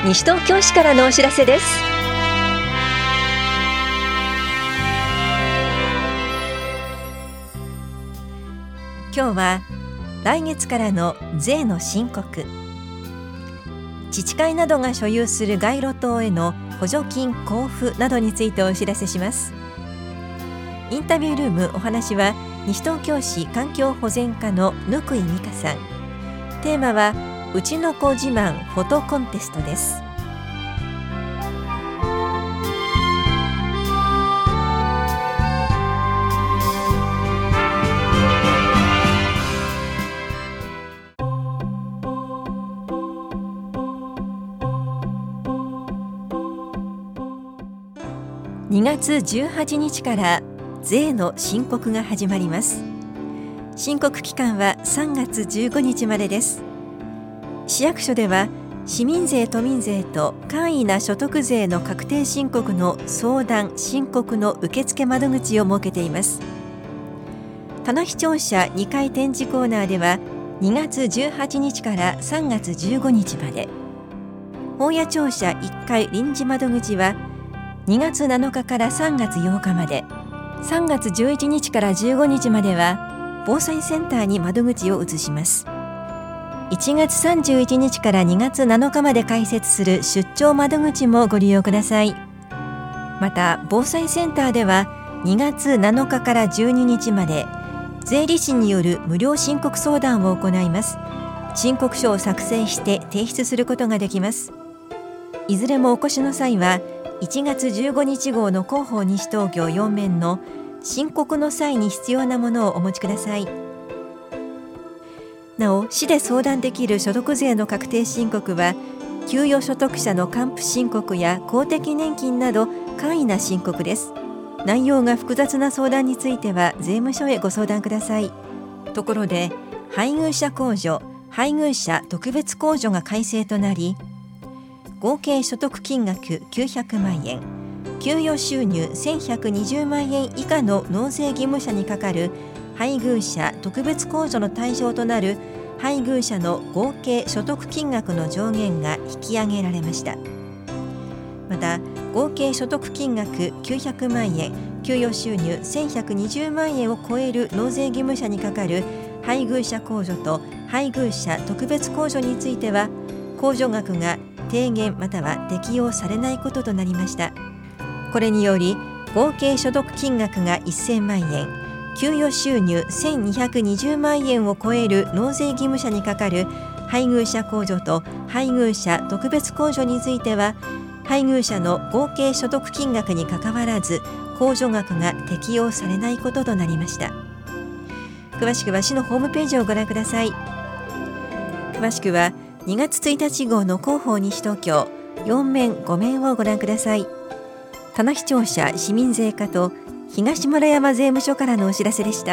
西東京市からのお知らせです。今日は来月からの税の申告、自治会などが所有する街路灯への補助金交付などについてお知らせします。インタビュールーム、お話は西東京市環境保全課の貫井美香さん。テーマはうちの子自慢フォトコンテストです。2月18日から税の申告が始まります。申告期間は3月15日までです。市役所では市民税・都民税と簡易な所得税の確定申告の相談・申告の受付窓口を設けています。棚視聴者2階展示コーナーでは2月18日から3月15日まで、本屋庁舎1階臨時窓口は2月7日から3月8日まで、3月11日から15日までは防災センターに窓口を移します。1月31日から2月7日まで開設する出張窓口もご利用ください。また防災センターでは2月7日から12日まで税理士による無料申告相談を行います。申告書を作成して提出することができます。いずれもお越しの際は1月15日号の広報西東京4面の申告の際に必要なものをお持ちください。なお、市で相談できる所得税の確定申告は給与所得者の還付申告や公的年金など簡易な申告です。内容が複雑な相談については税務署へご相談ください。ところで配偶者控除、配偶者特別控除が改正となり、合計所得金額900万円、給与収入1120万円以下の納税義務者にかかる配偶者特別控除の対象となる配偶者の合計所得金額の上限が引き上げられました。また合計所得金額900万円、給与収入1120万円を超える納税義務者にかかる配偶者控除と配偶者特別控除については控除額が低減または適用されないこととなりました。これにより合計所得金額が1000万円、給与収入1220万円を超える納税義務者にかかる配偶者控除と配偶者特別控除については配偶者の合計所得金額にかかわらず控除額が適用されないこととなりました。詳しくは市のホームページをご覧ください。詳しくは2月1日号の広報西東京4面5面をご覧ください。棚視聴者市民税課と東村山税務署からのお知らせでした。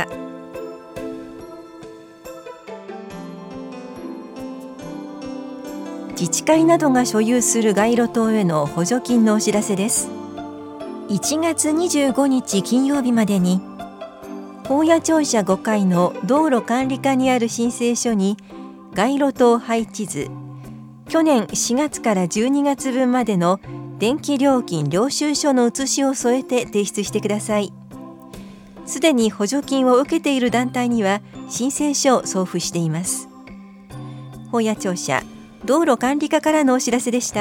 自治会などが所有する街路灯への補助金のお知らせです。1月25日金曜日までに本屋庁舎5階の道路管理課にある申請書に街路灯配置図、去年4月から12月分までの電気料金領収書の写しを添えて提出してください。すでに補助金を受けている団体には申請書を送付しています。本屋庁舎道路管理課からのお知らせでした。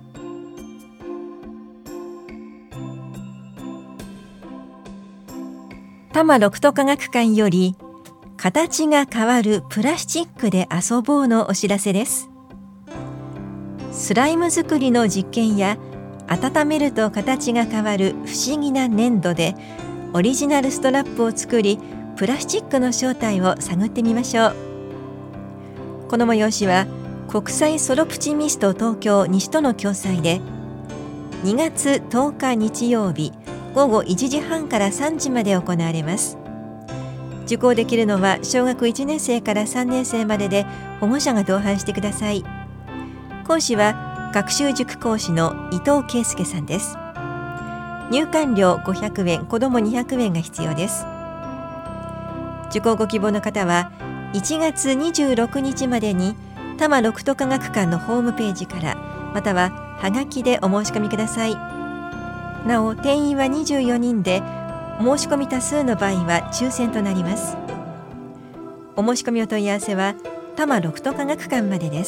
多摩六都科学館より形が変わるプラスチックで遊ぼうのお知らせです。スライム作りの実験や温めると形が変わる不思議な粘土でオリジナルストラップを作り、プラスチックの正体を探ってみましょう。この催しは国際ソロプチミスト東京西との共催で2月10日日曜日午後1時半から3時まで行われます。受講できるのは小学1年生から3年生までで保護者が同伴してください。講師は学習塾講師の伊藤圭介さんです。入館料500円、子ども200円が必要です。受講ご希望の方は1月26日までに多摩六都科学館のホームページからまたははがきでお申し込みください。なお、定員は24人で、申し込み多数の場合は抽選となります。お申し込みお問い合わせは多摩六都科学館までです。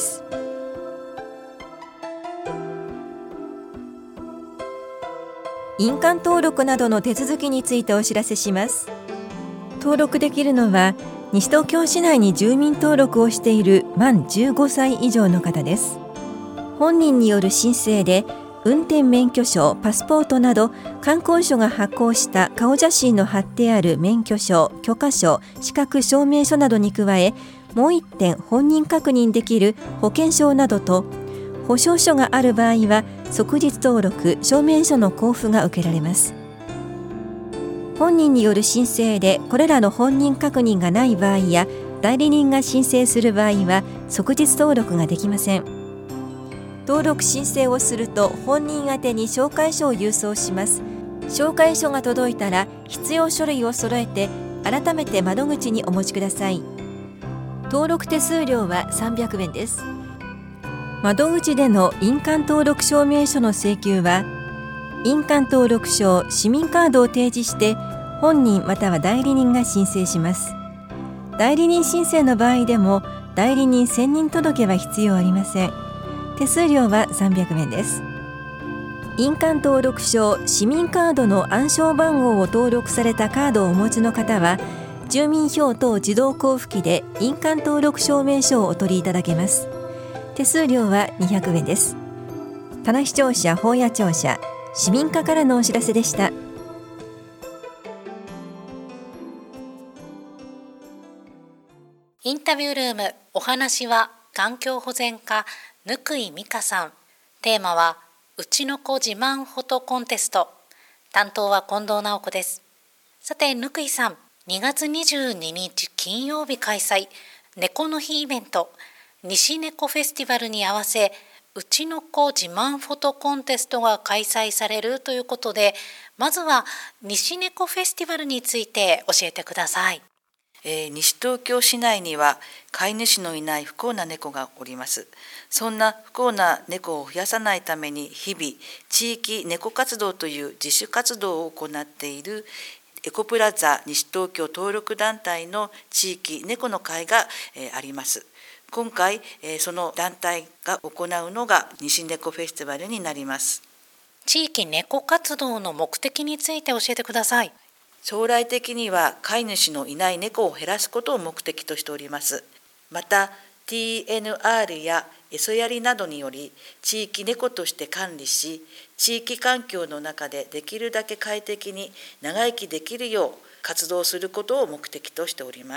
印鑑登録などの手続きについてお知らせします。登録できるのは西東京市内に住民登録をしている満15歳以上の方です。本人による申請で運転免許証、パスポートなど観光省が発行した顔写真の貼ってある免許証、許可証、資格証明書などに加え、もう1点本人確認できる保険証などと、保証書がある場合は即日登録、証明書の交付が受けられます。本人による申請でこれらの本人確認がない場合や、代理人が申請する場合は即日登録ができません。登録申請をすると本人宛てに紹介書を郵送します。紹介書が届いたら必要書類を揃えて改めて窓口にお持ちください。登録手数料は300円です。窓口での印鑑登録証明書の請求は、印鑑登録証、市民カードを提示して本人または代理人が申請します。代理人申請の場合でも代理人選任届は必要ありません。手数料は300円です。印鑑登録証、市民カードの暗証番号を登録されたカードをお持ちの方は、住民票等自動交付機で印鑑登録証明書をお取りいただけます。手数料は200円です。棚視聴者、本屋庁舎、市民課からのお知らせでした。 インタビュールーム、お話は環境保全課貫井美香さん。テーマはうちの子自慢フォトコンテスト。担当は近藤直子です。さて貫井さん、2月22日金曜日開催、猫の日イベント、西猫フェスティバルに合わせ、うちの子自慢フォトコンテストが開催されるということで、まずは西猫フェスティバルについて教えてください。 西東京市内には飼い主のいない不幸な猫がおります。そんな不幸な猫を増やさないために日々地域猫活動という自主活動を行っているエコプラザ西東京登録団体の地域猫の会があります。今回その団体が行うのが西猫フェスティバルになります。 地域猫活動の目的について教えてください。 将来的には飼い主のいない猫を減らすことを目的としております。また TNR や餌やりなどにより地域猫として管理し、地域環境の中でできるだけ快適に長生きできるよう活動することを目的としております。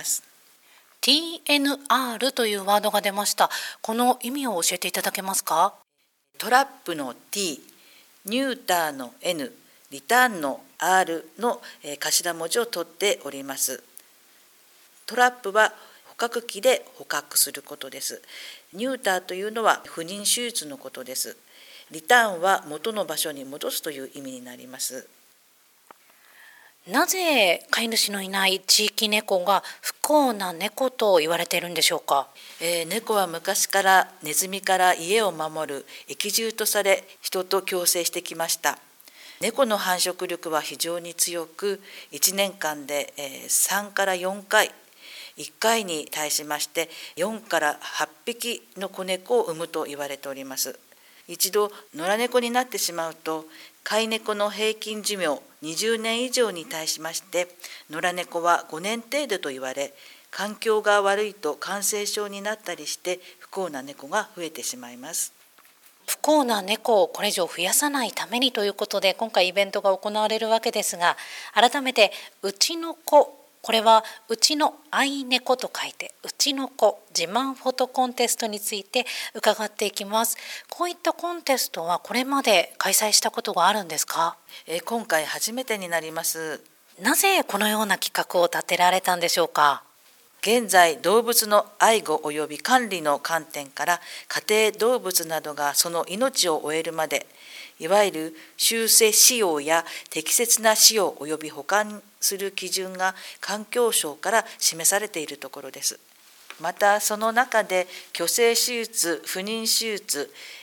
TNR というワードが出ました。この意味を教えていただけますか？ トラップの T、ニューターの N、リターンの R の頭文字を取っております。トラップは捕獲器で捕獲することです。ニューターというのは不妊手術のことです。リターンは元の場所に戻すという意味になります。 なぜ飼い主のいない地域猫が不幸な猫と言われているんでしょうか？ 猫は昔からネズミから家を守る益獣とされ、人と共生してきました。猫の繁殖力は非常に強く、1年間で3から4回、1回に対しまして4から8匹の子猫を産むと言われております。一度野良猫になってしまうと、飼い猫の平均寿命20年以上に対しまして野良猫は5年程度と言われ、環境が悪いと感染症になったりして不幸な猫が増えてしまいます。 不幸な猫をこれ以上増やさないためにということで今回イベントが行われるわけですが、改めてうちの子、これはうちの愛猫と書いてうちの子自慢フォトコンテストについて伺っていきます。こういったコンテストはこれまで開催したことがあるんですか？ 今回初めてになります。 なぜこのような企画を立てられたんでしょうか？ 現在動物の愛護及び管理の観点から家庭動物などがその命を終えるまで、いわゆる終生使用や適切な使用及び保管する基準が環境省から示されているところです。またその中で去勢手術、不妊手術、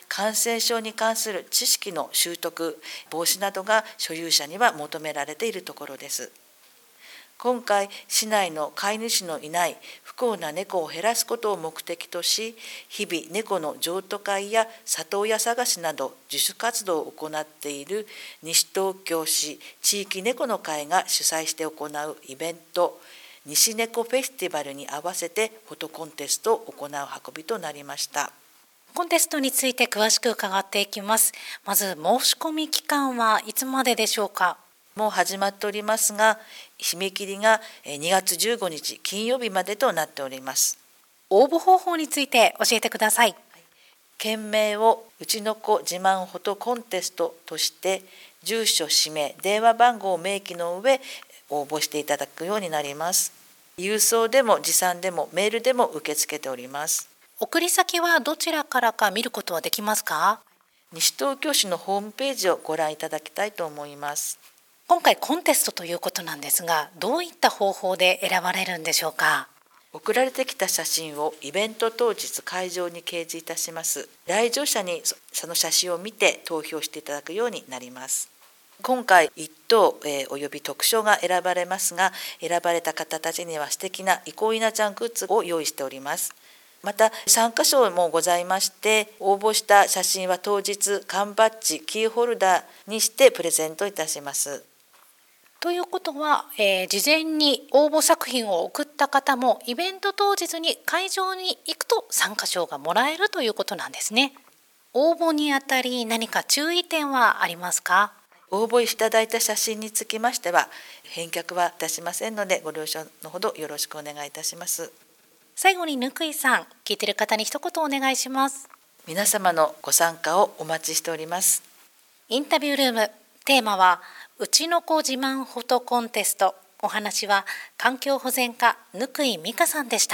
感染症に関する知識の習得、防止などが所有者には求められているところです。今回、市内の飼い主のいない不幸な猫を減らすことを目的とし、日々猫の譲渡会や里親探しなど自主活動を行っている西東京市地域猫の会が主催して行うイベント、西猫フェスティバルに合わせてフォトコンテストを行う運びとなりました。 コンテストについて詳しく伺っていきます。まず申し込み期間はいつまででしょうか？ もう始まっておりますが、締め切りが2月15日金曜日までとなっております。 応募方法について教えてください。 件名をうちの子自慢フォトコンテストとして、住所、氏名、電話番号を明記の上応募していただくようになります。郵送でも持参でもメールでも受け付けております。 送り先はどちらからか見ることはできますか？ 西東京市のホームページをご覧いただきたいと思います。 今回コンテストということなんですが、どういった方法で選ばれるんでしょうか？ 送られてきた写真をイベント当日会場に掲示いたします。来場者にその写真を見て投票していただくようになります。今回1等、および特賞が選ばれますが、選ばれた方たちには素敵な憩いなちゃんグッズを用意しております。また参加賞もございまして、応募した写真は当日缶バッジ、キーホルダーにしてプレゼントいたします。 ということは、事前に応募作品を送った方もイベント当日に会場に行くと参加賞がもらえるということなんですね。応募にあたり何か注意点はありますか？ 応募いただいた写真につきましては返却はいたしませんので、ご了承のほどよろしくお願いいたします。 最後にぬくいさん、聞いている方に一言お願いします。 皆様のご参加をお待ちしております。 インタビュールーム、テーマはうちの子自慢フォトコンテスト。お話は環境保全課ぬくいみかさんでした。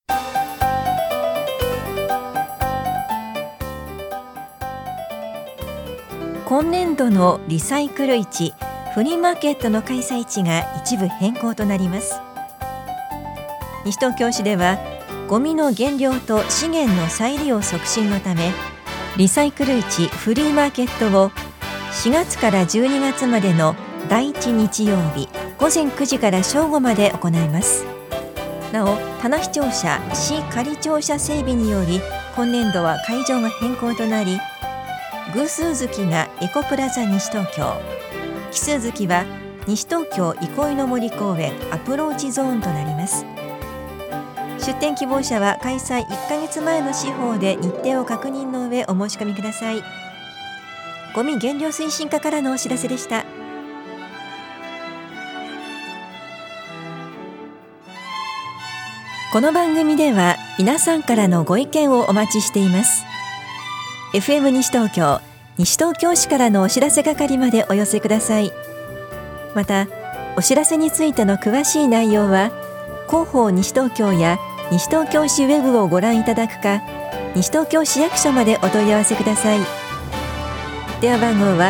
今年度のリサイクル市フリーマーケットの開催地が一部変更となります。西東京市ではゴミの減量と資源の再利用促進のため、リサイクル市フリーマーケットを4月から12月までの第1日曜日午前9時から正午まで行います。なお、棚視聴者市仮庁舎整備により今年度は会場が変更となり、偶数月がエコプラザ西東京、奇数月は西東京憩いの森公園アプローチゾーンとなります。出店希望者は開催1ヶ月前の司法で日程を確認の上お申し込みください。ゴミ減量推進課からのお知らせでした。この番組では皆さんからのご意見をお待ちしています。FM 西東京、西東京市からのお知らせ係までお寄せください。また、お知らせについての詳しい内容は広報西東京や西東京市ウェブをご覧いただくか、西東京市役所までお問い合わせください。電話番号は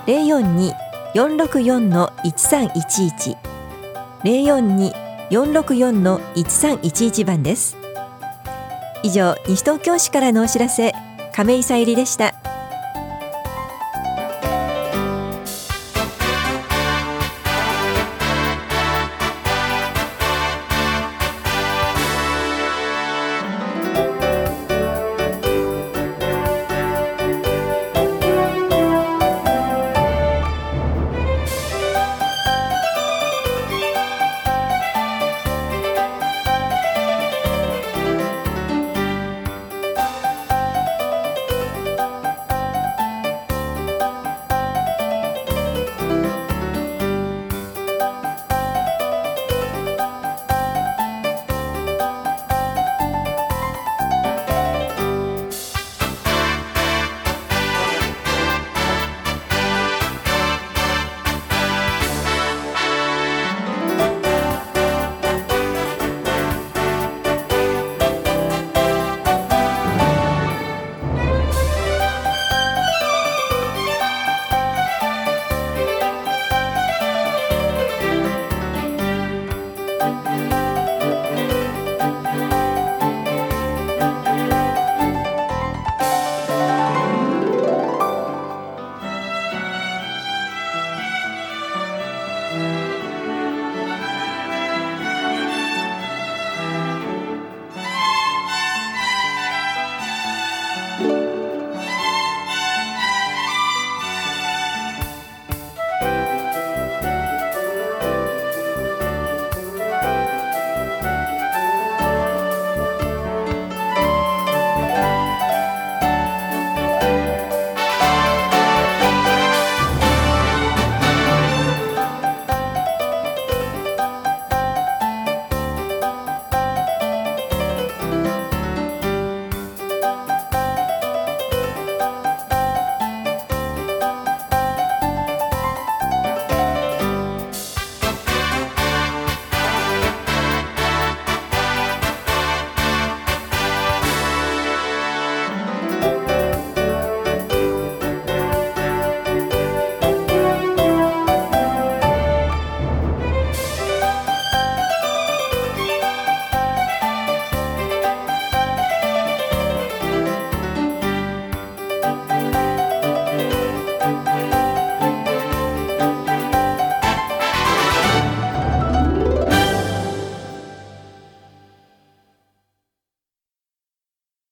042-464-1311 042-464-1311 番です。以上、西東京市からのお知らせ、亀井さゆりでした。